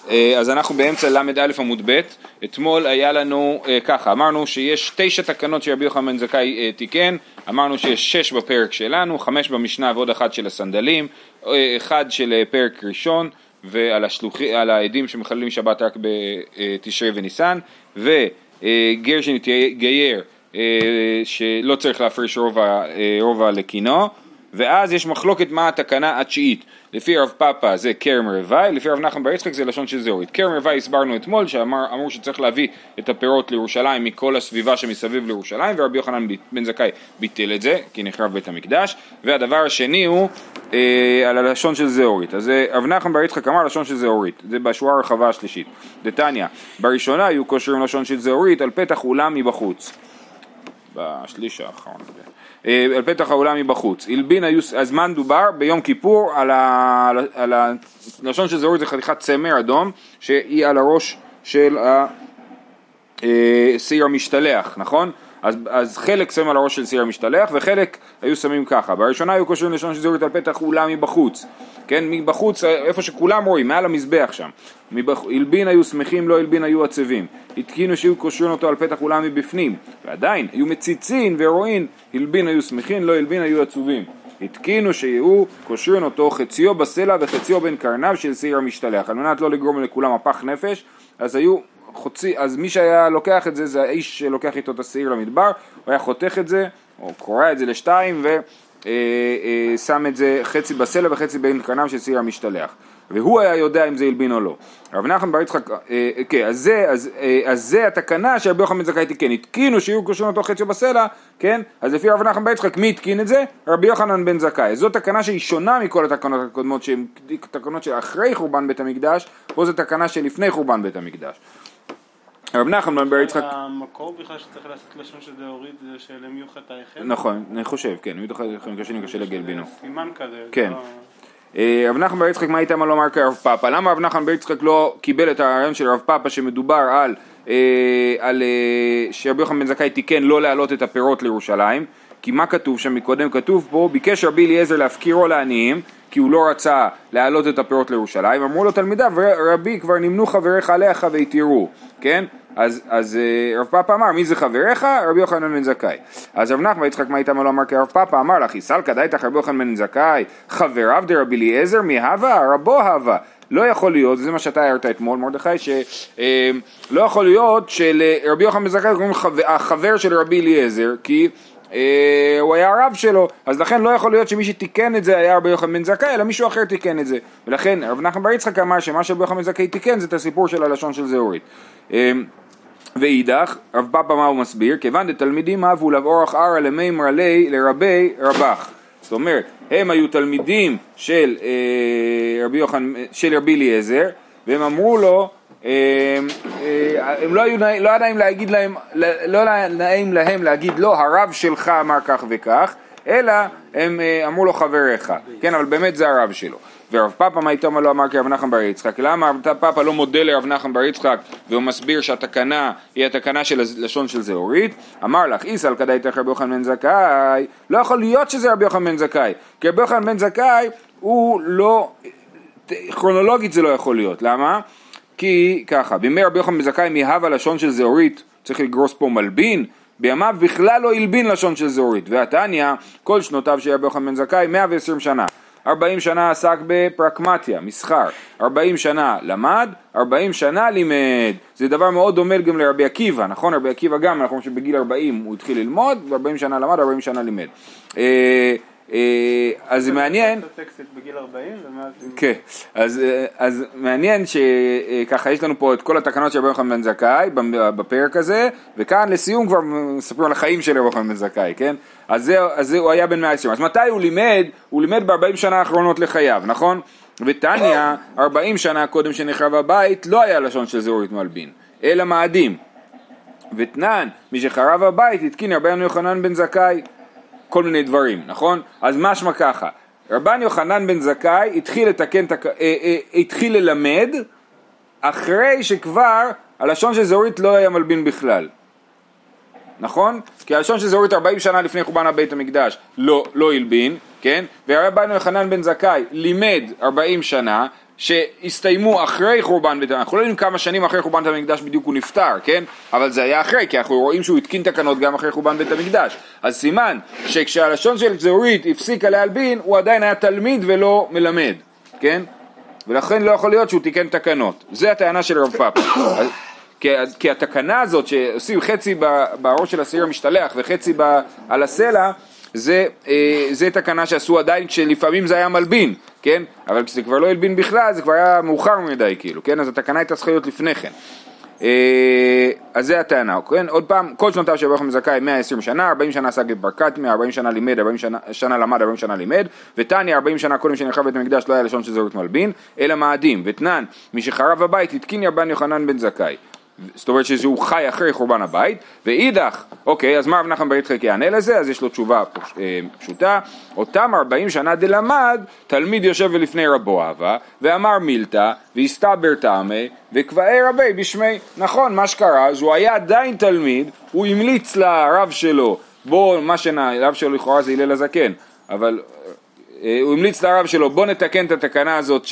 אז אנחנו באמצע למד א' עמוד ב'. אתמול היה לנו ככה, אמרנו שיש 9 תקנות שרבי יוחנן בן זכאי תיקן, אמרנו שיש 6 בפרק שלנו, 5 במשנה ועוד 1 של הסנדלים, 1 של פרק ראשון, ועל העדים שמחללים שבת רק בתשרי וניסן, וגר שנתגייר שלא צריך להפריש רובע לקינו, ואז יש מחלוקת מה התקנה התשיעית. לפי רב פאפה זה כרם רווי, לפי רב נחמן בר יצחק זה לשון של זהורית. כרם רווי הסברנו אתמול שאמרו שצריך להביא את הפירות לירושלים מכל הסביבה שמסביב לירושלים, ורבי יוחנן בן זכאי ביטל את זה כי נחרב בית המקדש. והדבר השני הוא על הלשון של זהורית. אז רב נחמן בר יצחק אמר לשון של זהורית, זה בשורה הרחבה השלישית. דתניא, בראשונה היו קושרים לשון של זהורית על פתח אולם מבחוץ, בשליש האחרון על פתח האולם מבחוץ. אז מה מדובר? ביום כיפור על הלשון של זהורית זה חתיכת צמר אדום שהיא על הראש של סיר המשתלח, נכון? אז חלק שם על הראש של סיר המשתלח וחלק היו שמים ככה. בראשונה היו קושרים לשון של זהורית על פתח אולם מבחוץ, כן? מבחוץ איפה שכולם רואים, מעל המזבח שם. הלבין היו שמחים, לא הלבין היו עצבים. התקינו שהיו קושרים אותו על פתח אולם מבפנים, ועדיין היו מציצין ורואים, הלבין היו שמחים, לא הלבין היו עצובים. התקינו שהיו קושרים אותו חציו בסלע וחציו בין קרניו של סיר המשתלח, על מנת לא לגרום לכולם הפח נפש. אז מי שהיה לוקח את זה, זה האיש שלוקח איתו את הסעיר למדבר, הוא היה חותך את זה, או קורע את זה לשתיים, ושם את זה חצי בסלע וחצי בין קרניו של סעיר המשתלח. והוא היה יודע אם זה הלבין או לא. רב נחמן בר יצחק, אז זה התקנה שרבי יוחנן בן זכאי תיקן. התקינו שיהיו קושרים אותו חציו בסלע, כן? אז לפי רב נחמן בר יצחק, מי התקין את זה? רבי יוחנן בן זכאי. זו תקנה שהיא שונה מכל התקנות הקודמות, שהן תקנות של אחרי חורבן בית המקדש, פה זו תקנה שלפני חורבן בית המקדש. רב נחמן בר יצחק... המקור בכלל שצריך לעשות לשון של דאורית זה של מיוחד היחד? נכון, אני חושב, כן, מיוחד היחד קשה לגל בינו. סימן כזה. כן. רב נחמן בר יצחק מה איתם לא אמר כרב פאפה? למה רב נחמן בר יצחק לא קיבל את הרעיון של רב פאפה שמדובר על שרבי יוחנן בן זכאי תיקן לא להעלות את הפירות לירושלים? כי מה כתוב שם מקודם? כתוב פה, ביקש רבי אליעזר להפקירו לעניים, כי הוא לא רצה להעלות את הפירות לירושלים. אמרו לו תלמידיו, רבי כבר נמנו חבריך עליך והתירו, כן? אז רב פאפה אמר, מי זה חבריך? רבי יוחנן בן זכאי. אז רב נחמן בר יצחק מה איתם לא אמר כרב פאפה? אמר לך, יסל כדאיתך רבי יוחנן בן זכאי, חבריו דרבי אליעזר מהווה, רבו הווה. לא יכול להיות, זה מה שאתה הערת אתמול מרדכי, שלא יכול להיות שלרבי יוחנן בן זכאי קוראים החבר של רבי אליעזר, כי הוא היה הרב שלו, אז לכן לא יכול להיות שמי שתיקן את זה היה רבי יוחנן בן זכאי, אלא מישהו אחר תיקן את זה. ולכן רב נחמן בר יצחק אמר שמה שרבי יוחנן בן זכאי תיקן זה את הסיפור של הלשון של זהורית. ואידך, רב פאפה מה הוא מסביר? כיוון דתלמידים אהבו לאורח ערא למימרא ליה לרבי רבך. זאת אומרת, הם היו תלמידים של רבי אליעזר, והם אמרו לו, הם לא היה נעים להם להגיד לו הרב שלך אמר כך וכך, אלא הם אמרו לו חבריך, כן, אבל באמת זה הרב שלו. ורב פאפה מה איתו לא אמר כרב נחמן בר יצחק? למה רב פאפה לא מודה לרב נחמן בר יצחק והוא מסביר שהתקנה היא התקנה של לשון של זהורית? אמר לך, איסל כדאיתך רבי יוחנן בן זכאי, לא יכול להיות שזה רבי יוחנן בן זכאי, כי רבי יוחנן בן זכאי הוא לא, כרונולוגית זה לא יכול להיות. למה? כי ככה, בימי רבי יוחנן בן זכאי מהווה לשון של זהורית, צריך לגרוס פה מלבין, בימיו בכלל לא הלבין לשון של זהורית. והתניא, כל שנותיו של רבי יוחנן בן זכאי 120 שנה. 40 שנה עסק בפרקמטיה, מסחר, 40 שנה למד, 40 שנה לימד. זה דבר מאוד דומה גם לרבי עקיבא, נכון? רבי עקיבא גם, אנחנו חושבים שבגיל 40 הוא התחיל ללמוד, ו40 שנה למד, 40 שנה לימד. אז זה מעניין, בגיל 40 כן, אז מעניין שככה יש לנו פה את כל התקנות של רבי יוחנן בן זכאי בפרק הזה, וכאן לסיום כבר מספרים על החיים של רבי יוחנן בן זכאי, כן? אז הוא היה בן 120. אז מתי הוא לימד? הוא לימד ב-40 שנה האחרונות לחייו, נכון? ותניא 40 שנה קודם שנחרב הבית לא היה לשון של זהורית מלבין, אלא מאדים. ותנן, מי שחרב הבית התקין רבי יוחנן בן זכאי כל מיני דברים, נכון? אז משמע ככה, רבן יוחנן בן זכאי התחיל ללמד אחרי שכבר הלשון של זהורית לא היה מלבין בכלל, נכון? כי הלשון של זהורית 40 שנה לפני חורבן בית המקדש לא הלבין, כן? ורבן יוחנן בן זכאי לימד 40 שנה, שהסתיימו אחרי חורבן בית המקדש, אנחנו לא יודעים כמה שנים אחרי חורבן בית המקדש בדיוק הוא נפטר, כן? אבל זה היה אחרי, כי אנחנו רואים שהוא התקין תקנות גם אחרי חורבן בית המקדש. אז סימן שכשהלשון של זהורית הפסיקה להלבין, הוא עדיין היה תלמיד ולא מלמד, כן? ולכן לא יכול להיות שהוא תיקן תקנות. זה הטענה של רב פאפא. כי התקנה הזאת שעושים חצי בראש של הסיר המשתלח וחצי על הסלע, זה תקנה שעשו עדיין כשלפעמים זה היה מלבין, כן? אבל כשזה כבר לא ילבין בכלל, זה כבר היה מאוחר מדי כאילו, כן? אז התקנה הייתה צריכה להיות לפני כן. אז זה הטענה, כן? עוד פעם, כל שנותיו של רבי יוחנן בן זכאי 120 שנה, 40 שנה עסק בברכת, 40 שנה לימד, 40 שנה למד, 40 שנה לימד, ותניא 40 שנה קודם שנחרב בית המקדש לא היה לשון של זהורית מלבין, אלא מאדים, ותנן, מי שחרב הבית התקין רבי יוחנן בן זכאי. זאת אומרת שהוא חי אחרי חורבן הבית, ואידך, אוקיי, אז מה רב נחמן בר יצחק יענה לזה? אז יש לו תשובה פשוטה, אותם 40 שנה דלמד, תלמיד יושב ולפני רבו אהבה, ואמר מילתא, והסתבר טעמי, וקבעי רבי בשמי. נכון, מה שקרה, שהוא היה עדיין תלמיד, הוא המליץ לרב שלו, בוא, מה הרב שלו לכאורה זה הלל הזקן, אבל הוא המליץ לרב שלו, בוא נתקן את התקנה הזאת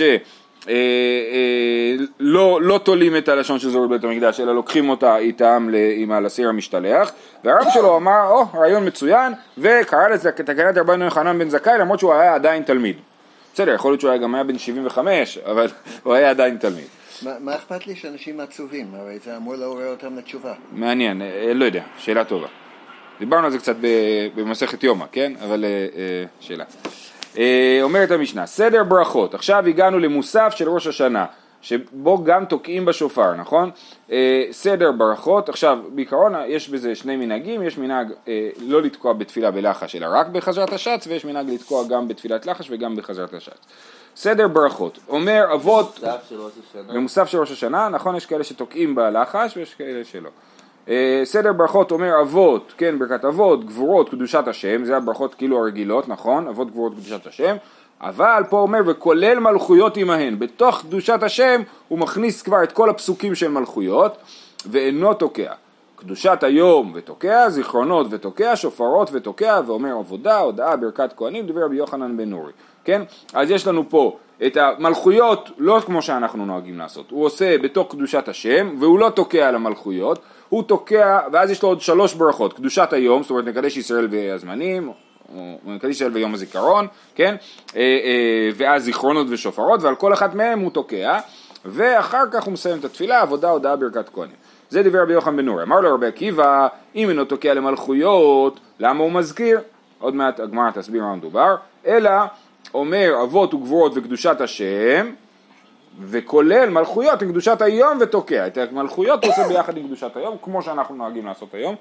לא תולים את הלשון של זהורית בית המקדש, אלא לוקחים אותה איתם עם הסיר המשתלח, והרב שלו אמר, רעיון מצוין, וקרא לזה תקנת רבי יוחנן בן זכאי, למרות שהוא היה עדיין תלמיד. בסדר, יכול להיות שהוא גם היה בן 75, אבל הוא היה עדיין תלמיד. מה אכפת לי שאנשים עצובים? הרי זה אמור לעורר אותם לתשובה. מעניין, לא יודע, שאלה טובה. דיברנו על זה קצת במסכת יומא, כן? אבל שאלה. אומרת המשנה, סדר ברכות, עכשיו הגענו למוסף של ראש השנה, שבו גם תוקעים בשופר, נכון? סדר ברכות, עכשיו בעיקרון יש בזה שני מנהגים, יש מנהג לא לתקוע בתפילה בלחש, אלא רק בחזרת השץ, ויש מנהג לתקוע גם בתפילת לחש וגם בחזרת השץ. סדר ברכות, אומר אבות, במוסף של ראש השנה, נכון, יש כאלה שתוקעים בלחש ויש כאלה שלא. סדר ברכות אומר אבות, כן, ברכת אבות, גבורות, קדושת השם, זה הברכות כאילו הרגילות, נכון, אבות, גבורות, קדושת השם, אבל פה אומר וכולל מלכויות עמהן, בתוך קדושת השם הוא מכניס כבר את כל הפסוקים של מלכויות ואינו תוקע, קדושת היום ותוקע, זיכרונות ותוקע, שופרות ותוקע, ואומר עבודה, הודעה, ברכת כהנים, דבר רבי יוחנן בן נורי, כן, אז יש לנו פה את המלכויות לא כמו שאנחנו נוהגים לעשות, הוא עושה בתוך קדושת השם והוא לא תוקע על המלכויות, הוא תוקע, ואז יש לו עוד 3 ברכות, קדושת היום, זאת אומרת נקדש ישראל והזמנים, או נקדש ישראל ויום הזיכרון, כן? ואז זיכרונות ושופרות, ועל כל אחת מהם הוא תוקע, ואחר כך הוא מסיים את התפילה, עבודה, הודעה, ברכת כהנים. זה דבר רבי יוחנן בן נורי. אמר לו רבי עקיבא, אם אינו תוקע למלכויות, למה הוא מזכיר? עוד מעט הגמרא תסביר מה מדובר, אלא אומר אבות וגבורות וקדושת השם, וכולל מלכויות עם קדושת היום ותוקע. את המלכויות הוא עושה ביחד עם קדושת היום, כמו שאנחנו נוהגים לעשות היום.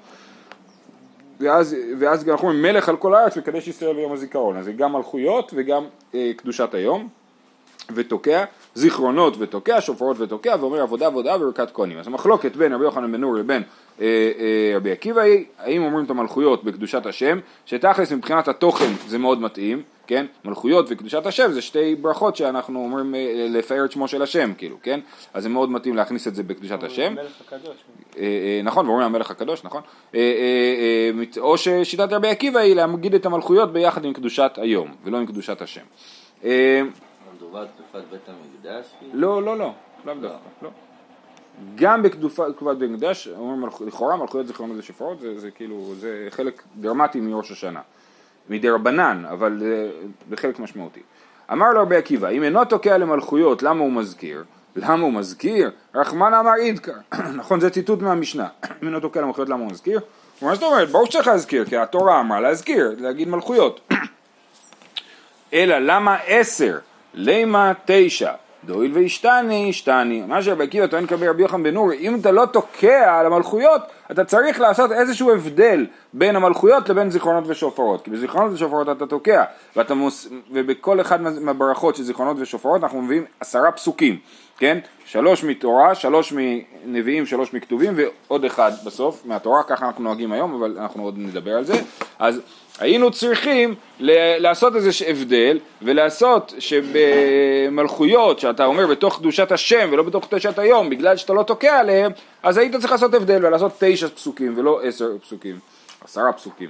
ואז אנחנו אומרים מלך על כל הארץ וקדש ישראל ויום הזיכרון. אז זה גם מלכויות וגם קדושת היום ותוקע, זיכרונות ותוקע, שופרות ותוקע, ואומר עבודה עבודה וברכת כהנים. אז המחלוקת בין רבי יוחנן בן נורי לבין רבי עקיבא היא, האם אומרים את המלכויות בקדושת השם, שתכלס מבחינת התוכן זה מאוד מתאים, כן? מלכויות וקדושת השם זה שתי ברכות שאנחנו אומרים לפאר את שמו של השם, כאילו, כן? אז זה מאוד מתאים להכניס את זה בקדושת השם. המלך הקדוש. נכון, ואומרים המלך הקדוש, נכון? או ששיטת רבי עקיבא היא להגיד את המלכויות ביחד עם קדושת היום, ולא עם קדושת השם. מדובר תקופת בית המקדש? לא, לאו דווקא, לא. גם בתקופת בית המקדש, אומרים לכאורה מלכויות זיכרונות ושופרות, זה כאילו, זה חלק דרמטי מראש השנה. מדי רבנן, אבל זה בחלק משמעותי. אמר לו רבי עקיבא, אם אינו תוקע למלכויות, למה הוא מזכיר? למה הוא מזכיר? רחמן אמר אידקר. נכון, זה ציטוט מהמשנה. אם אינו תוקע למלכויות, למה הוא מזכיר? מה זאת אומרת? ברור שצריך להזכיר, כי התורה אמרה להזכיר, להגיד מלכויות. אלא למה 10? למה 9? דויל וישתני, מה שרבי עקיבא טוען כרבי רבי יוחנן בן נורי, אם אתה לא תוקע על המלכויות, אתה צריך לעשות איזשהו הבדל בין המלכויות לבין זיכרונות ושופרות, כי בזיכרונות ושופרות אתה תוקע, ובכל אחד מהברכות של זיכרונות ושופרות אנחנו מביאים 10 פסוקים, כן? 3 מתורה, 3 מנביאים, 3 מכתובים ועוד 1 בסוף מהתורה, ככה אנחנו נוהגים היום, אבל אנחנו עוד נדבר על זה. אז היינו צריכים לעשות איזה הבדל, ולעשות שבמלכויות, שאתה אומר בתוך קדושת השם ולא בתוך קדושת היום, בגלל שאתה לא תוקע עליהם, אז היית צריך לעשות הבדל ולעשות 9 פסוקים ולא 10 פסוקים, 10 פסוקים.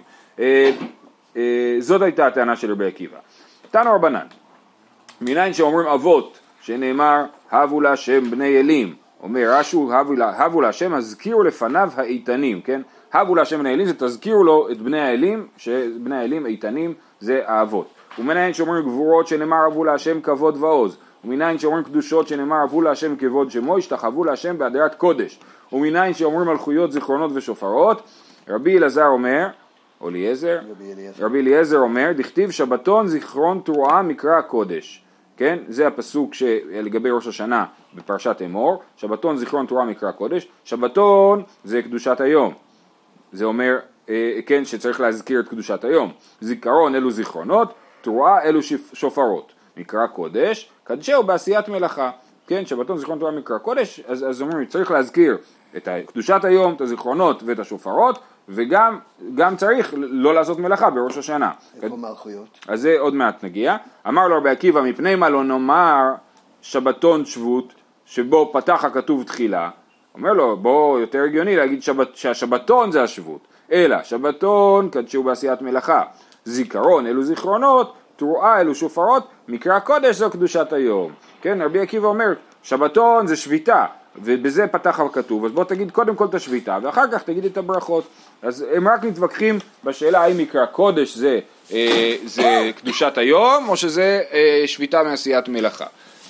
זאת הייתה הטענה של רבי עקיבא. תנו רבנן, מניין שאומרים אבות שנאמר הבו להשם בני אלים, אומר רש"י הבו להשם הזכירו לפניו האיתנים, כן? הבו להשם בני אלים זה תזכירו לו את בני האלים, שבני האלים איתנים זה האבות. ומנין שאומרים גבורות שנאמר הבו להשם כבוד ועוז, ומנין שאומרים קדושות שנאמר הבו להשם כבוד שמו, השתחוו להשם בהדרת קודש, ומנין שאומרים מלכויות זיכרונות ושופרות. רבי אלעזר אומר, או רבי אליעזר אומר, דכתיב שבתון זיכרון תרועה מקרא קודש, כן? זה הפסוק לגבי ראש השנה בפרשת אמור, שבתון זיכרון תרועה מקרא קודש. שבתון זה קדושת היום, זה אומר כן, שצריך להזכיר את קדושת היום. זיכרון אלו זיכרונות, תרועה אלו שופרות, מקרא קודש, קדשהו בעשיית מלאכה, כן? שבתון זיכרון תרועה מקרא קודש, אז אומרים צריך להזכיר את קדושת היום, את הזיכרונות ואת השופרות, וגם צריך לא לעשות מלאכה בראש השנה. איפה מלכויות? אז זה עוד מעט נגיע. אמר לו רבי עקיבא, מפני מה לא נאמר שבתון שבות, שבו פתח הכתוב תחילה. אומר לו, בוא יותר הגיוני להגיד שהשבתון זה השבות, אלא שבתון קדשו בעשיית מלאכה, זיכרון אלו זיכרונות, תרועה אלו שופרות, מקרא קודש זו קדושת היום. כן, רבי עקיבא אומר, שבתון זה שביתה, ובזה פתח הכתוב, אז בוא תגיד קודם כל את השביתה, ואחר כך תגיד את הברכות. אז הם רק מתווכחים בשאלה האם מקרא קודש זה קדושת היום, או שזה שביתה מעשיית מלאכה.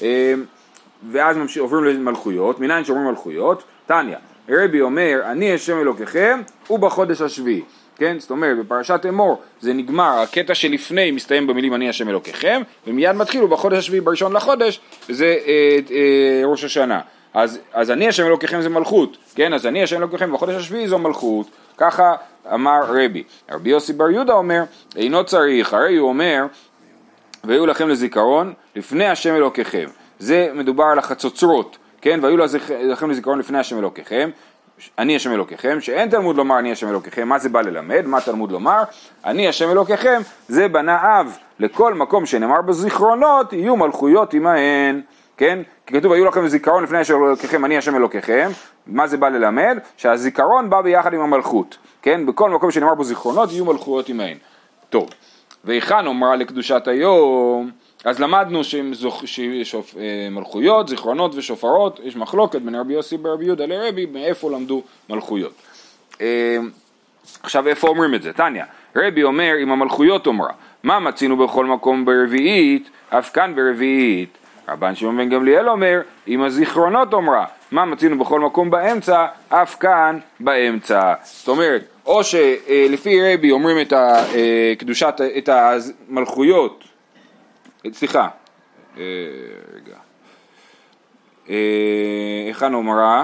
ואז עוברים למלכויות, מנין שאומרים מלכויות, תניא, רבי אומר, אני השם אלוקיכם, ובחודש השביעי. כן, זאת אומרת, בפרשת אמור זה נגמר, הקטע שלפני מסתיים במילים אני השם אלוקיכם, ומיד מתחילו בחודש השביעי, בראשון לחודש, זה ראש השנה. אז אני השם אלוקיכם זה מלכות, כן, אז אני השם אלוקיכם בחודש השביעי זו מלכות, ככה אמר רבי. רבי יוסי בר יהודה אומר, אינו צריך, הרי הוא אומר, והיו לכם לזיכרון לפני השם אלוקיכם. זה מדובר על החצוצרות, כן, והיו לכם לזיכרון לפני השם אלוקיכם, אני השם אלוקיכם, שאין תלמוד לומר אני השם אלוקיכם, מה זה בא ללמד, מה תלמוד לומר, אני השם אלוקיכם, זה בנה אב, לכל מקום שנאמר בזיכרונות, יהיו מלכויות עמהן, כן, כי כתוב היו לכם זיכרון לפני השם אלוקיכם, אני השם אלוקיכם, מה זה בא ללמד, שהזיכרון בא ביחד עם המלכות, כן, בכל מקום שנאמר בזיכרונות, יהיו מלכויות עמהן. טוב, והיכן אומרה לקדושת היום, אז למדנו שיש מלכויות, זיכרונות ושופרות, יש מחלוקת בין רבי יוסי ורבי יהודה לרבי, מאיפה למדו מלכויות. עכשיו איפה אומרים את זה? תניא, רבי אומר אם המלכויות אומרה, מה מצינו בכל מקום ברביעית, אף כאן ברביעית. רבן שמעון בן גמליאל אומר, אם הזיכרונות אומרה, מה מצינו בכל מקום באמצע, אף כאן באמצע. זאת אומרת, או שלפי רבי אומרים את המלכויות, סליחה, רגע, היכן אומרה?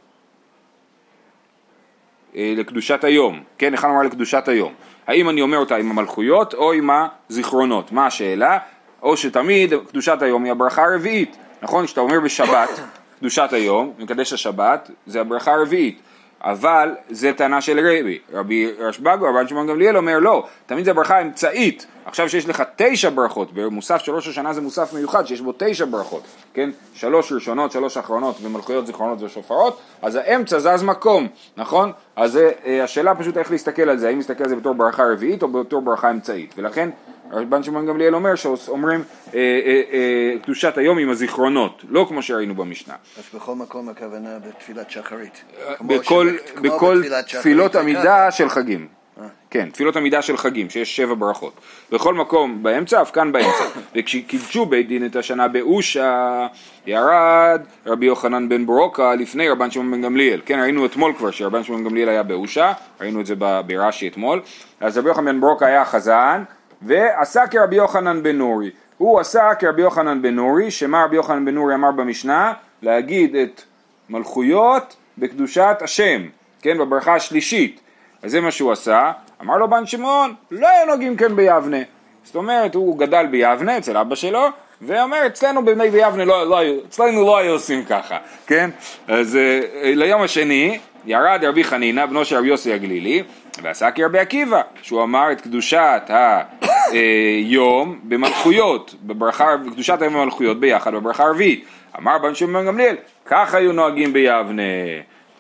לקדושת היום, כן, היכן אומרה לקדושת היום? האם אני אומר אותה עם המלכויות או עם הזיכרונות? מה השאלה? או שתמיד קדושת היום היא הברכה הרביעית, נכון? שאתה אומר בשבת, קדושת היום, מקדש השבת, זה הברכה הרביעית. אבל זה טענה של רבי רשב"ג, רבן שמעון גמליאל אומר לא, תמיד זה הברכה האמצעית. עכשיו שיש לך 9 ברכות, במוסף של ראש השנה זה מוסף מיוחד שיש בו 9 ברכות, כן? 3 ראשונות, 3 אחרונות ומלכויות, זיכרונות ושופרות, אז האמצע זז מקום, נכון? אז השאלה פשוט איך להסתכל על זה, האם להסתכל על זה בתור ברכה רביעית או בתור ברכה אמצעית, ולכן רבן שמעון גמליאל אומר שאומרים קדושת היום עם הזיכרונות, לא כמו שראינו במשנה. אז בכל מקום הכוונה בתפילת שחרית. בכל תפילות עמידה של חגים. כן, תפילות עמידה של חגים, שיש 7 ברכות. בכל מקום באמצע, אף כאן באמצע. וכשקידשו בית דין את השנה באושה, ירד רבי יוחנן בן ברוקה לפני רבן שמעון בן גמליאל. כן, ראינו אתמול כבר שרבן שמעון בן גמליאל היה באושה, ראינו את זה ברש"י אתמול. אז רבי יוחנן בן ברוקה היה חזן, ועשה כרבי יוחנן בן נורי. הוא עשה כרבי יוחנן בן נורי, שמה רבי יוחנן בן נורי אמר במשנה? להגיד את מלכויות בקדושת השם, כן, בברכה השלישית. אז זה מה שהוא עשה, אמר לו בן שמעון, לא היו נוגעים כן ביבנה. זאת אומרת, הוא גדל ביבנה אצל אבא שלו, ואומר, אצלנו בבני ביבנה אצלנו לא היו עושים ככה, כן? אז ליום השני, ירד רבי חנינא, בנו של רבי יוסי הגלילי, ועשה כרבי עקיבא, שהוא אמר את קדושת היום במלכויות, בקדושת היום במלכויות ביחד בברכה הרביעית. אמר בן שמעון בן גמליאל, כך היו נוהגים ביבנה.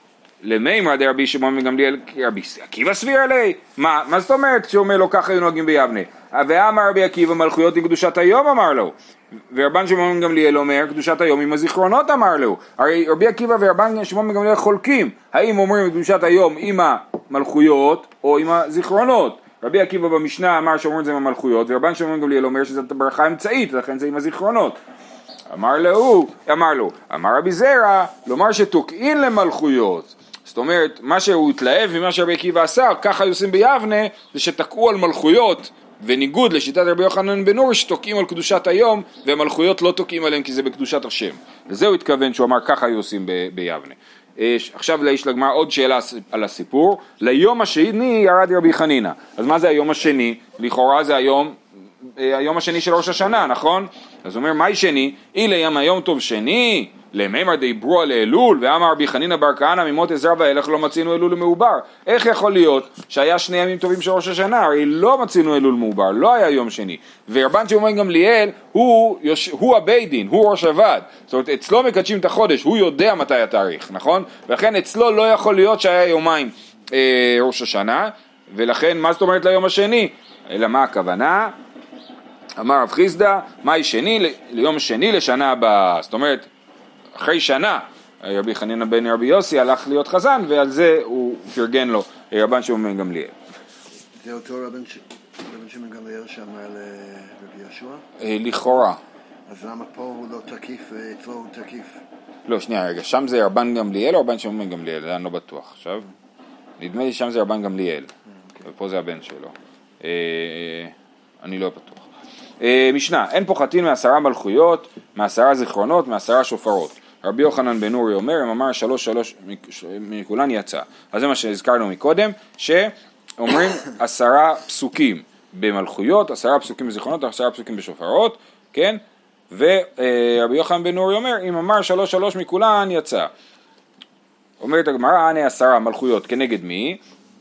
למימרא דרבי שמעון בן גמליאל רבי עקיבא סביר עלי? מה זאת אומרת כשאומר לו ככה היו נוהגים ביבנה? ואמר רבי עקיבא מלכויות היא קדושת היום אמר לו, ורבן שמעון בן גמליאל אומר קדושת היום עם הזיכרונות אמר לו. הרי רבי עקיבא ורבן שמעון בן גמליאל חולקים האם אומרים קדושת היום עם המלכויות או עם הזיכרונות. רבי עקיבא במשנה אמר שאומרים את זה עם המלכויות, ורבן שמעון בן גמליאל אומר שזאת ברכה אמצעית, לכן זה עם הזיכרונות. אמר רבי זרע, לומר שתוקעין למלכויות. זאת אומרת, מה שהוא התלהב ממה שרבי עקיבא עשה, ככה עושים ביבנה, זה שתקעו על מלכויות, וניגוד לשיטת רבי יוחנן בן נורי, שתוקעים על קדושת היום, והמלכויות לא תוקעים עליהם כי זה בקדושת השם. לזה הוא התכוון שהוא אמר, ככה היו עושים ביבנה. עכשיו יש לגמרא עוד שאלה על הסיפור. ליום השני ירד רבי חנינא. אז מה זה היום השני? לכאורה זה היום השני של ראש השנה, נכון? אז הוא אומר, מהי שני? אילה ים היום טוב שני, למימר דיברו על אלול, ואמר רבי חנינא בר כהנא ממות עזרא ואילך לא מצינו אלול מעובר. איך יכול להיות שהיה שני ימים טובים של ראש השנה? הרי לא מצינו אלול מעובר, לא היה יום שני. ורבן שמעון בן גמליאל הוא הבית דין, הוא ראש הוועד. זאת אומרת, אצלו מקדשים את החודש, הוא יודע מתי התאריך, נכון? ולכן אצלו לא יכול להיות שהיה יומיים ראש השנה, ולכן מה זאת אומרת ליום השני? אלא מה הכוונה? אמר רב חיסדא, מהי שני? ליום שני לשנה הבאה. זאת אומרת, אחרי שנה, רבי חנינא בן רבי יוסי הלך להיות חזן, ועל זה הוא פרגן לו רבן שמעון בן גמליאל. זה אותו רבן שמעון בן גמליאל שאמר לרבי יהושע? לכאורה. אז למה פה הוא לא תקיף, אצלו הוא תקיף? לא, שנייה רגע, שם זה רבן גמליאל או רבן שמעון בן גמליאל? זה אני לא בטוח. עכשיו, נדמה לי שם זה רבן גמליאל, ופה זה הבן שלו. אני לא בטוח. משנה, אין פוחתין מ10 מלכויות, מ10 זיכרונות, מ10 שופרות. רבי יוחנן בן נורי אומר, אם אמר 3 מכולן יצא. אז זה מה שהזכרנו מקודם, שאומרים 10 פסוקים במלכויות, 10 פסוקים בזיכרונות, 10 פסוקים בשופרות, כן? ורבי יוחנן בן נורי אומר, אם אמר 3 מכולן יצא. אומרת הגמרא, הנה 10 מלכויות, כנגד מי?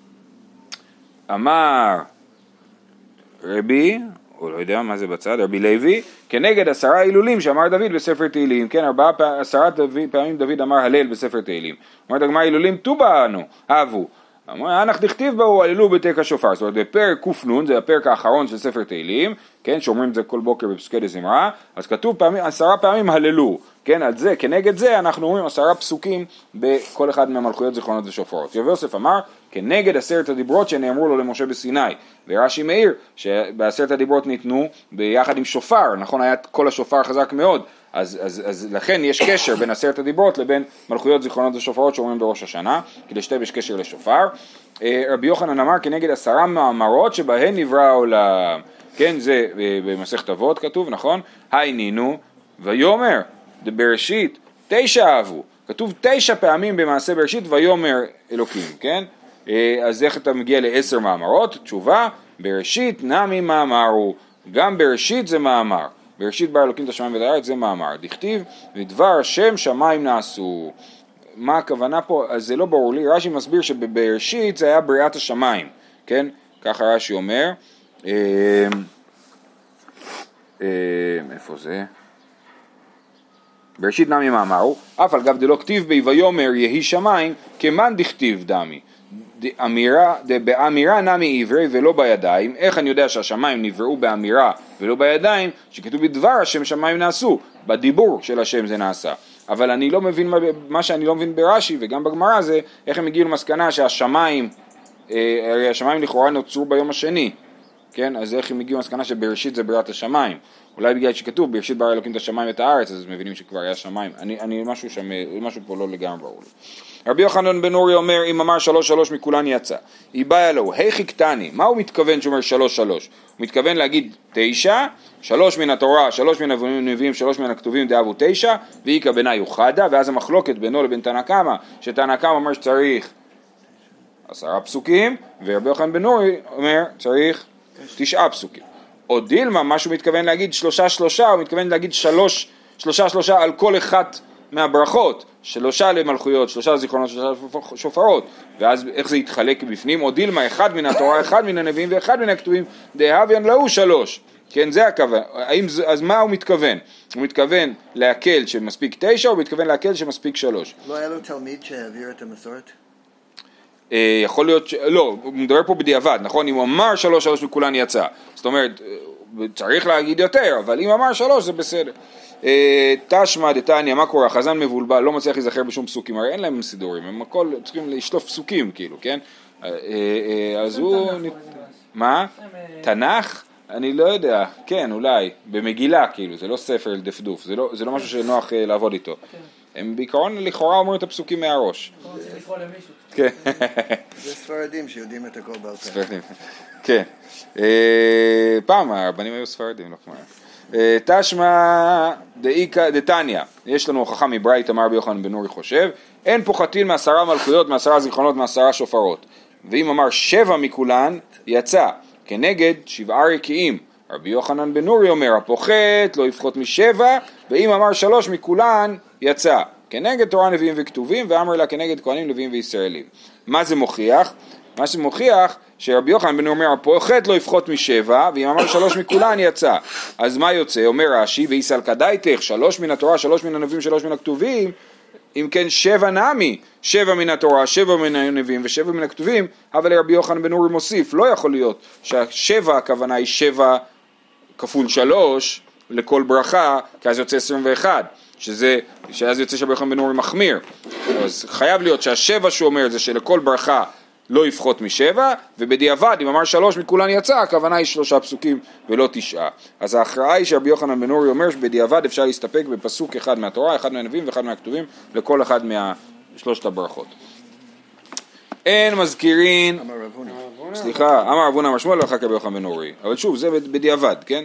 אמר רבי, הוא לא יודע מה זה בצד, רבי לוי, כנגד 10 הילולים שאמר דוד בספר תהילים, כן, 10 פעמים דוד אמר הלל בספר תהילים. אומרת הגמרא, הילולים טובה אנו, אהבו. אנחנו נכתיב בו הללו בתקע שופר, זאת אומרת בפרק קופנון, זה הפרק האחרון של ספר תהילים, כן, שאומרים את זה כל בוקר בפסוקי דזמרה, אז כתוב 10 פעמים הללו, כן, על זה, כנגד זה אנחנו אומרים 10 פסוקים בכל אחד מהמלכויות זיכרונות ושופרות. רבי יוסף אמר, כנגד 10 הדיברות שנאמרו לו למשה בסיני, ורש"י מאיר שב10 הדיברות ניתנו ביחד עם שופר, נכון, היה כל השופר חזק מאוד, אז לכן יש קשר בין 10 הדיברות לבין מלכויות זיכרונות ושופרות שאומרים בראש השנה, כי לשתיהם יש קשר לשופר. רבי יוחנן אמר כנגד 10 מאמרות שבהן נברא העולם, כן, זה במסכת אבות כתוב, נכון? היינינו, ויאמר בראשית 9 אהבו, כתוב 9 פעמים במעשה בראשית ויאמר אלוקים, כן? אז איך אתה מגיע ל10 מאמרות? תשובה, בראשית נמי מאמרו, גם בראשית זה מאמר, בראשית ברא אלוקים את השמיים ואת הארץ זה מאמר, דכתיב ודבר השם שמיים נעשו. מה הכוונה פה? אז זה לא ברור לי, רש"י מסביר שבבראשית זה היה בריאת השמיים, כן? ככה רש"י אומר, איפה זה? בראשית נמי מאמרו, אף על גב דלא כתיב בי ויאמר יהי שמיים, כמן דכתיב דמי. באמירה נמי עברי ולא בידיים. איך אני יודע שהשמיים נבראו באמירה ולא בידיים? שכתוב בדבר השם שמיים נעשו, בדיבור של השם זה נעשה. אבל אני לא מבין, מה שאני לא מבין ברש"י וגם בגמרא זה איך הם הגיעו למסקנה שהשמיים, הרי השמיים לכאורה נוצרו ביום השני, כן? אז איך הם הגיעו למסקנה שבראשית זה בריאת השמיים? אולי בגלל שכתוב בראשית ברא אלוקים את השמיים ואת הארץ, אז מבינים שכבר היה שמיים. משהו פה לא לגמרי ברור לי. רבי יוחנן בן נורי אומר, אם אמר 3 מכולן יצא. היא באה לו, היכי קטני, מה הוא מתכוון שאומר 3? הוא מתכוון להגיד 9, 3 מן התורה, 3 מן הנביאים, 3 מן הכתובים דאבו 9, ואיקה בנה יוחדה, ואז המחלוקת בינו לבין תנא קמא, שתנא קמא אומר שצריך 10 פסוקים, ורבי יוחנן בן נורי אומר צריך 9 פסוקים. או דילמה, מה שהוא מתכוון להגיד 3, הוא מתכוון להגיד 3 על כל אחת מהברכות, 3 למלכויות, 3 זיכרונות, 3 שופרות, ואז איך זה יתחלק בפנים? או דילמה, 1 מן התורה, 1 מן הנביאים ו1 מן הכתובים, דהביין להו 3, כן, זה הכוון. אז מה הוא מתכוון? הוא מתכוון להקל שמספיק 9, או מתכוון להקל שמספיק 3? לא היה לו תלמיד שהעביר את המסורת? יכול להיות, לא, הוא מדבר פה בדיעבד, נכון? אם הוא אמר 3 מכולן יצא, זאת אומרת, צריך להגיד יותר, אבל אם אמר 3 זה בסדר. תשמע דתניא, מה קורה? החזן מבולבל, לא מצליח להיזכר בשום פסוקים, הרי אין להם סידורים, הם הכל צריכים לשלוף פסוקים כאילו, כן? אז הוא... מה? תנ"ך? אני לא יודע, כן אולי, במגילה כאילו, זה לא ספר דפדוף, זה לא משהו שנוח לעבוד איתו. הם בעיקרון לכאורה אומרים את הפסוקים מהראש. לא רוצים לקרוא למישהו. כן. זה ספרדים שיודעים את הכל בעל פה. ספרדים, כן. פעם הרבנים היו ספרדים, לא כמו תשמע דתניא, יש לנו הוכחה מברייתא, אמר רבי יוחנן בן נורי חושב, אין פוחתין מ10 מלכויות, מ10 זיכרונות, מ10 שופרות. ואם אמר 7 מכולן, יצא, כנגד 7 רקיעים. רבי יוחנן בן נורי אומר, הפוחת לא יפחות מ7, ואם אמר 3 מכולן, יצא, כנגד תורה נביאים וכתובים, ואמר לה כנגד כהנים לוויים וישראלים. מה זה מוכיח? מה שמוכיח שרבי יוחנן בן נורי אומר, הפוחת לא יפחות מ7, ואם אמר 3 מכולן יצא. אז מה יוצא? אומר רש"י, ואיסל כדאיתך, 3 מן התורה, 3 מן הנביאים, 3 מן הכתובים, אם כן 7 נמי, 7 מן התורה, 7 מן הנביאים ו7 מן הכתובים, אבל רבי יוחנן בן נורי מוסיף, לא יכול להיות שה7 הכוונה היא 7 כפול 3 לכל ברכה, כי אז יוצא 21, שאז יוצא שרבי יוחנן בן נורי מחמיר. אז חייב להיות שה7 שהוא אומר זה שלכל ברכה לא יפחות מ7, ובדיעבד אם אמר 3 מכולן יצא, הכוונה היא 3 פסוקים ולא 9. אז ההכרעה היא שרבי יוחנן בן נורי אומר שבדיעבד אפשר להסתפק בפסוק אחד מהתורה, אחד מהנביאים ואחד מהכתובים, לכל אחד משלושת הברכות. אין מזכירין, סליחה, אמר רב הונא אמר שמואל ואחר כך רבי יוחנן בן נורי, אבל שוב זה בדיעבד, כן?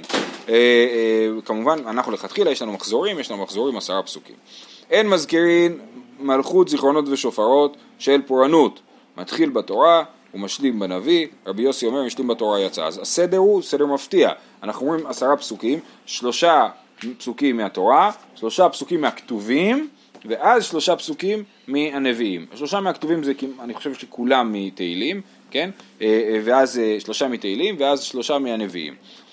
כמובן אנחנו לכתחילה יש לנו מחזורים 10 פסוקים. אין מזכירין מלכות זיכרונות ושופרות של פורענות, מתחיל בתורה ומשלים בנביא, רבי יוסי אומר משלים בתורה יצא. אז הסדר הוא סדר מפתיע, אנחנו אומרים 10 פסוקים, 3 פסוקים מהתורה, 3 פסוקים מהכתובים, ואז 3 פסוקים מהנביאים. 3 מהכתובים זה אני חושב שכולם מתהילים, כן? ואז 3 מתהילים, ואז 3 מהנביאים.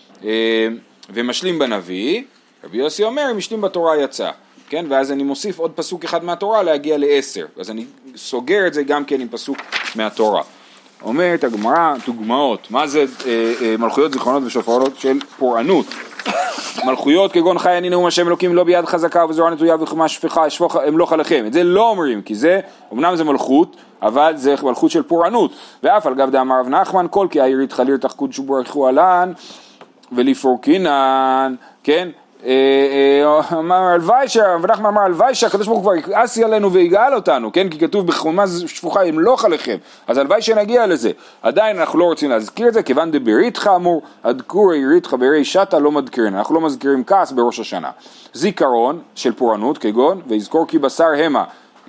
ומשלים בנביא, רבי יוסי אומר משלים בתורה יצא. כן? ואז אני מוסיף עוד פסוק אחד מהתורה להגיע ל10, אז אני סוגר את זה גם כן עם פסוק מהתורה. אומרת הגמרא, דוגמאות, מה זה מלכויות זיכרונות ושופרות של פורענות? מלכויות כגון חי אני נאום השם אלוקים לא ביד חזקה וזרוע נטויה וחמה שפכה אשפוך אמלוך עליכם, את זה לא אומרים, כי זה, אמנם זה מלכות, אבל זה מלכות של פורענות, ואף על גב דאמר רב נחמן כל כי העירית חליר תחקוד שבורכו עלן ולפורקינן, כן? אמר הלוואי ואנחנו אמר הלוואי שהקדוש ברוך הוא כבר יעשי עלינו ויגאל אותנו, כן? כי כתוב בחומה שפוכה ימלוך עליכם, אז הלוואי שנגיע לזה. עדיין אנחנו לא רוצים להזכיר את זה, כיוון דבריתך אמור הדקור עירית ברי שתה לא מדקרין, אנחנו לא מזכירים כעס בראש השנה. זיכרון של פורענות כגון ויזכור כי בשר המה,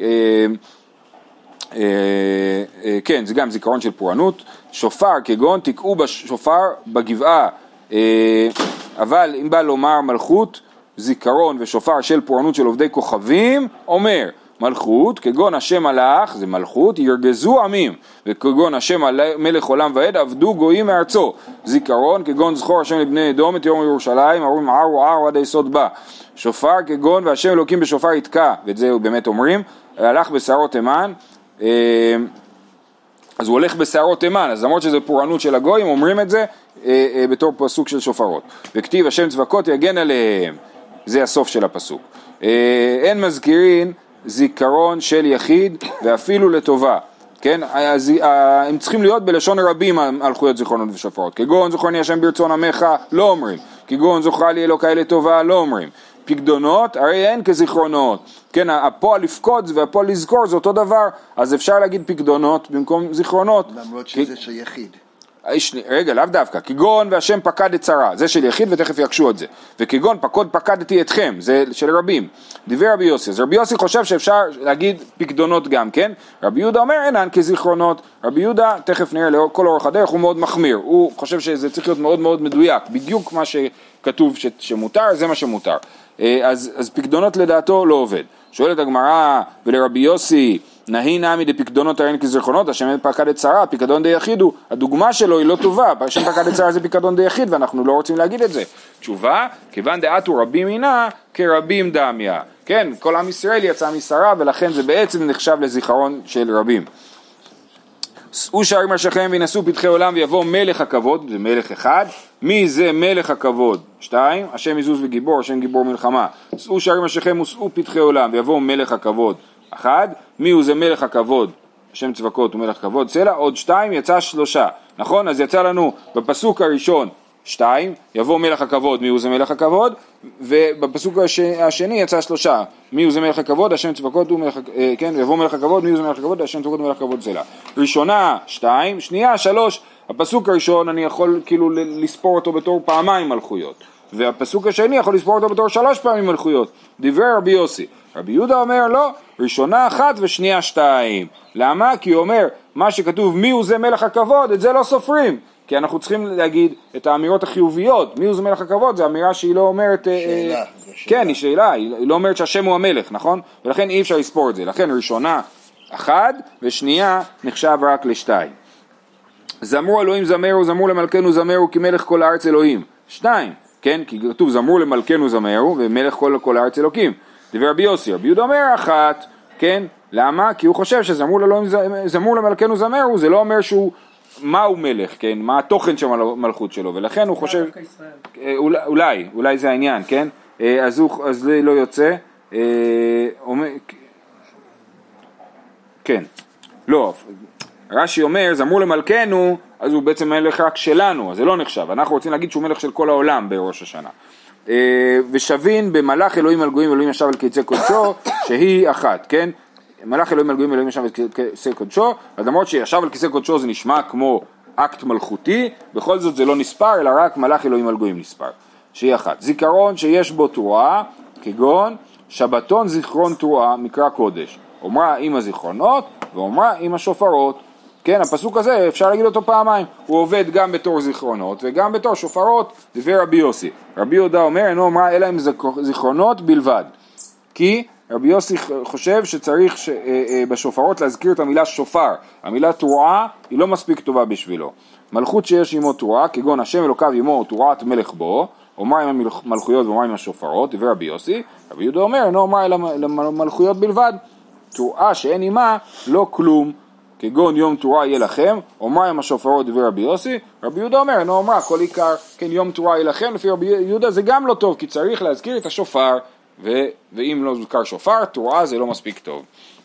כן, זה גם זיכרון של פורענות. שופר כגון תקעו בשופר בגבעה, אבל אם בא לומר מלכות, זיכרון ושופר של פורענות של עובדי כוכבים, אומר מלכות, כגון השם מלך, זה מלכות, ירגזו עמים, וכגון השם מלך עולם ועד, עבדו גויים מארצו. זיכרון, כגון זכור השם לבני אדום את יום ירושלים, אומרים ערו ערו עד היסוד בה. שופר, כגון והשם אלוקים בשופר יתקע, ואת זה באמת אומרים, הלך בשערות תימן, אז הוא הולך בשערות תימן, אז למרות שזה פורענות של הגויים, אומרים את זה בתור פסוק של שופרות. וכתיב השם צבקות יגן עליהם, זה הסוף של הפסוק. אין מזכירין זיכרון של יחיד ואפילו לטובה, כן? אז הם צריכים להיות בלשון רבים מלכויות זיכרונות ושופרות. כגון זכרני השם ברצון עמך, לא אומרים. כגון זכרה לי אלוקי לטובה, לא אומרים. פקדונות, הרי אין כזיכרונות, כן, הפועל לפקוד והפועל לזכור זה אותו דבר, אז אפשר להגיד פקדונות במקום זיכרונות. למרות שזה של יחיד. רגע, לאו דווקא, כגון והשם פקד את שרה, זה של יחיד ותכף יקשו את זה, וכגון פקדתי אתכם, זה של רבים. דיבר רבי יוסי, אז רבי יוסי חושב שאפשר להגיד פקדונות גם, כן? רבי יהודה אומר אינן כזיכרונות, רבי יהודה, תכף נראה לכל אורך הדרך, הוא מאוד מחמיר, הוא חושב שזה צריך להיות מאוד מאוד מדויק, בדיוק מה שכתוב שמותר, זה מה שמותר. אז פקדונות לדעתו לא עובד. שואלת הגמרא ולרבי יוסי, נהי נמי דפקדונות הרי כזיכרונות, השם פקד את שרה, פקדון די יחידו, הדוגמה שלו היא לא טובה, השם פקד את שרה זה פקדון די יחיד ואנחנו לא רוצים להגיד את זה. תשובה, כיוון דעתו רבים מינה כרבים דמיה, כן, כל עם ישראל יצא משרה ולכן זה בעצם נחשב לזיכרון של רבים. שאו שערים ראשיכם וינשאו פתחי עולם ויבוא מלך הכבוד, זה מלך אחד. מי זה מלך הכבוד? 2. השם עזוז וגיבור, השם גיבור מלחמה. שאו שערים ראשיכם ושאו פתחי עולם ויבוא מלך הכבוד. 1. מי הוא זה מלך הכבוד? השם צבקות ומלך כבוד סלע. עוד 2, יצא 3. נכון? אז יצא לנו בפסוק הראשון 2, יבוא מלך הכבוד, מי הוא זה מלך הכבוד? ובפסוק השני יצא 3, מי הוא זה מלך הכבוד? השם צבקות ומלך, כן, יבוא מלך הכבוד, מי הוא זה מלך הכבוד? השם צבקות ומלך כבוד סלע. ראשונה 2, שנייה 3. הפסוק הראשון אני יכול כאילו לספור אותו בתור פעמיים מלכויות, והפסוק השני יכול לספור אותו בתור 3 פעמים מלכויות. דברי רבי יוסי. רבי יהודה אומר לא, ראשונה 1 ושנייה 2. למה? כי הוא אומר מה שכתוב מי הוא זה מלך הכבוד, את זה לא סופרים, כי אנחנו צריכים להגיד את האמירות החיוביות. מי הוא זה מלך הכבוד? זו אמירה שהיא לא אומרת שאלה, כן, היא שאלה, היא לא אומרת שהשם הוא המלך, נכון? ולכן אי אפשר לספור את זה. לכן ראשונה 1 ושנייה נחשב רק ל2. זמרו אלוהים זמרו, זמרו למלכנו זמרו, כי מלך כל הארץ אלוהים. 2, כן? כי כתוב זמרו למלכנו זמרו ומלך כל הארץ אלוקים. דבר רבי יוסי. רבי יהודה אומר 1, כן? למה? כי הוא חושב שזמרו למלכנו זמרו, זה לא אומר שהוא מהו מלך, כן? מה התוכן של המלכות שלו, ולכן הוא חושב אולי זה העניין, כן? אז זה לא יוצא, כן, לא, רש"י אומר זמרו למלכנו, אז הוא בעצם מלך רק שלנו, אז זה לא נחשב. אנחנו רוצים להגיד שהוא מלך של כל העולם בראש השנה. ושבין במלאך אלוהים על גויים אלוהים ישב על קיצי קודשו, שהיא 1, כן? מלאך אלוהים על גויים אלוהים ישב על כיסא קודשו. אז למרות שישב על כיסא קודשו זה נשמע כמו אקט מלכותי, בכל זאת זה לא נספר, אלא רק מלאך אלוהים על גויים נספר, שהיא 1. זיכרון שיש בו תרועה, כגון שבתון זיכרון תרועה מקרא קודש, אומרה עם הזיכרונות ואומרה עם השופרות. כן, הפסוק הזה אפשר להגיד אותו פעמיים, הוא עובד גם בתור זיכרונות וגם בתור שופרות. דבר רבי יוסי. רבי יהודה אומר אינו אומרה אלא עם זיכרונות בלבד, כי רבי יוסי חושב שצריך בשופרות להזכיר את המילה שופר. המילה תרועה היא לא מספיק טובה בשבילו. מלכות שיש עמו תרועה, כגון השם אלוקיו עמו תרועת מלך בו, אומר עם המלכויות ואומר עם השופרות. דבר רבי יוסי. רבי יהודה אומר אינו אומר אלא מלכויות בלבד. תרועה שאין עמה לא כלום, כגון יום תרועה יהיה לכם, אומר עם השופרות. דבר רבי יוסי. רבי יהודה אומר אינו אומר כל עיקר, כן, יום תרועה יהיה לכם. לפי רבי יהודה זה גם לא טוב, כי צריך להזכיר את השופר, ואם לא זוכר שופר, תרועה זה לא מספיק טוב.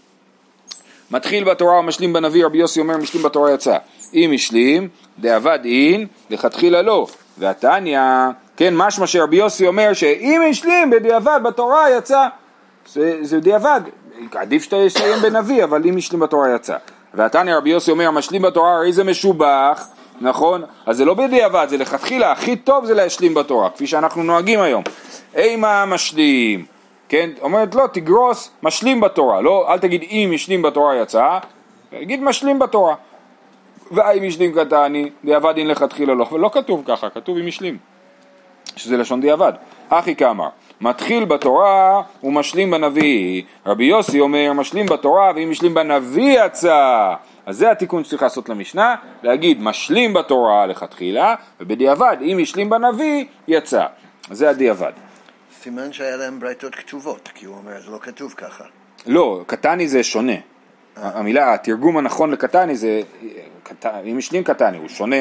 מתחיל בתורה ומשלים בנביא. רבי יוסי אומר משלים בתורה יצא. אם משלים דאבד אין לכתחילה לא. והתניא, כן, משמע שרבי יוסי אומר שאם משלים בדיעבד בתורה יצא, זה דיעבד, עדיף שתסיים בנביא, אבל אם משלים בתורה יצא. והתניא רבי יוסי אומר משלים בתורה הרי זה משובח, נכון? אז זה לא בדיעבד, זה לכתחילה, הכי טוב זה להשלים בתורה, כפי שאנחנו נוהגים היום. אימה משלים, כן? אומרת לא, תגרוס משלים בתורה, לא, אל תגיד אם משלים בתורה יצא, תגיד משלים בתורה. ואם משלים קטני, דיעבד אין לכתחילה לא, אבל לא כתוב ככה, כתוב אם משלים, שזה לשון דיעבד. אחי כאמר, מתחיל בתורה ומשלים בנביא. רבי יוסי אומר משלים בתורה ואם משלים בנביא יצא. אז זה התיקון שצריך לעשות למשנה, להגיד משלים בתורה לכתחילה, ובדיעבד אם משלים בנביא יצא. זה הדיעבד. סימן שהיה להם ברייתות כתובות, כי הוא אומר זה לא כתוב ככה. לא, קטני זה שונה. המילה, התרגום הנכון לקטני זה, אם משלים קטני, הוא שונה.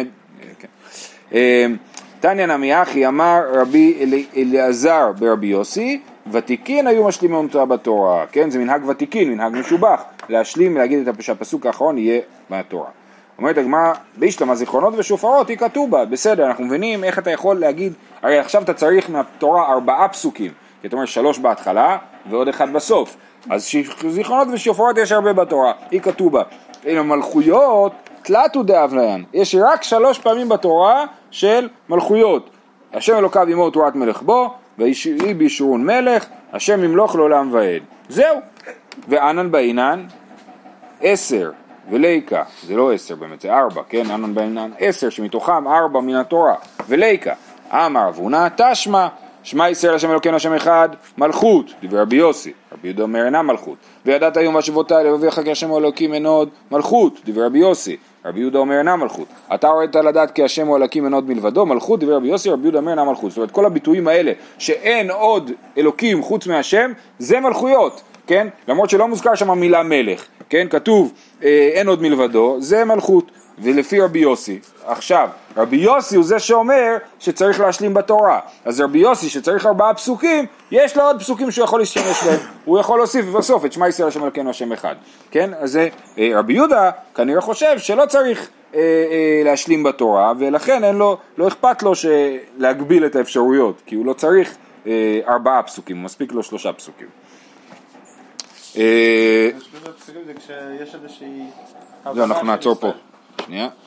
תניא נמי אחי אמר רבי אלעזר ברבי יוסי, ותיקין היו משלימים אותה בתורה. כן, זה מנהג ותיקין, מנהג משובח, להשלים ולהגיד את הפסוק האחרון יהיה בתורה. אומרת הגמרא, בישלמה זיכרונות ושופרות היא כתובה. בסדר, אנחנו מבינים איך אתה יכול להגיד, הרי עכשיו אתה צריך מהתורה 4 פסוקים, כי אתה אומר 3 בהתחלה ועוד 1 בסוף, אז זיכרונות ושופרות יש הרבה בתורה, היא כתובה. אלה מלכויות תלתו דאבליין, יש רק 3 פעמים בתורה של מלכויות. השם אלוקיו עמו תורת מלך בו, ויהי בישורון מלך, השם ימלוך לעולם ועד. זהו. וענן בעינן 10 וליקה, זה לא 10 באמת, זה 4, כן, ענן בעינן 10 שמתוכם 4 מן התורה, וליקה אמר אבונה תשמע, שמע ישראל השם אלוקינו השם אחד, מלכות. דבר רבי יוסי. רבי יהודה אומר אינה מלכות. וידעת היום והשבותי לבביך כי השם אלוקים אין עוד מלכות. דבר רבי יוסי. רבי יהודה אומר אינה מלכות. אתה ראית לדעת כי השם אלוקים אין עוד מלבדו מלכות. דבר רבי יוסי. רבי יהודה אומר אינה מלכות. זאת אומרת כל הביטויים האלה שאין עוד אלוקים חוץ מהשם זה מלכויות, כן? למרות שלא מוזכר שם המילה מלך, כן, כתוב אין עוד מלבדו, זה מלכות, ולפי רבי יוסי. עכשיו, רבי יוסי הוא זה שאומר שצריך להשלים בתורה, אז רבי יוסי שצריך 4 פסוקים, יש לו עוד פסוקים שהוא יכול להשתמש בהם, הוא יכול להוסיף בסוף את שמע ישראל השם אלוקינו השם אחד, כן, אז רבי יהודה כנראה חושב שלא צריך להשלים בתורה, ולכן אין לו, לא אכפת לו להגביל את האפשרויות, כי הוא לא צריך 4 פסוקים, הוא מספיק לו 3 פסוקים. זה כשיש איזושהי... זהו, אנחנו נעצור פה. שנייה.